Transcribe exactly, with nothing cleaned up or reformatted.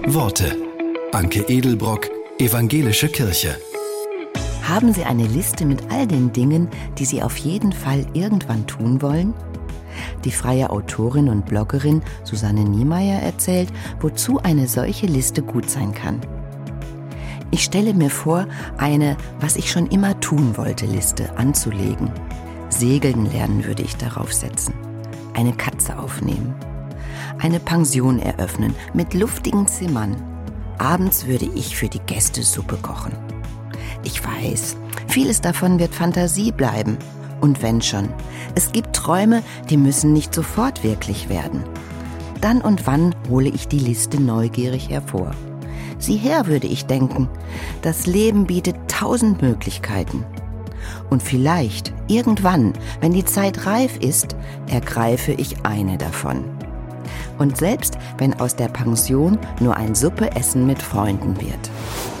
Worte. Anke Edelbrock, Evangelische Kirche. Haben Sie eine Liste mit all den Dingen, die Sie auf jeden Fall irgendwann tun wollen? Die freie Autorin und Bloggerin Susanne Niemeyer erzählt, wozu eine solche Liste gut sein kann. Ich stelle mir vor, eine "Was ich schon immer tun wollte" Liste anzulegen. Segeln lernen würde ich darauf setzen. Eine Katze aufnehmen. Eine Pension eröffnen mit luftigen Zimmern. Abends würde ich für die Gäste Suppe kochen. Ich weiß, vieles davon wird Fantasie bleiben. Und wenn schon, es gibt Träume, die müssen nicht sofort wirklich werden. Dann und wann hole ich die Liste neugierig hervor. Sieh her, würde ich denken. Das Leben bietet tausend Möglichkeiten. Und vielleicht, irgendwann, wenn die Zeit reif ist, ergreife ich eine davon. Und selbst wenn aus der Pension nur ein Suppeessen mit Freunden wird.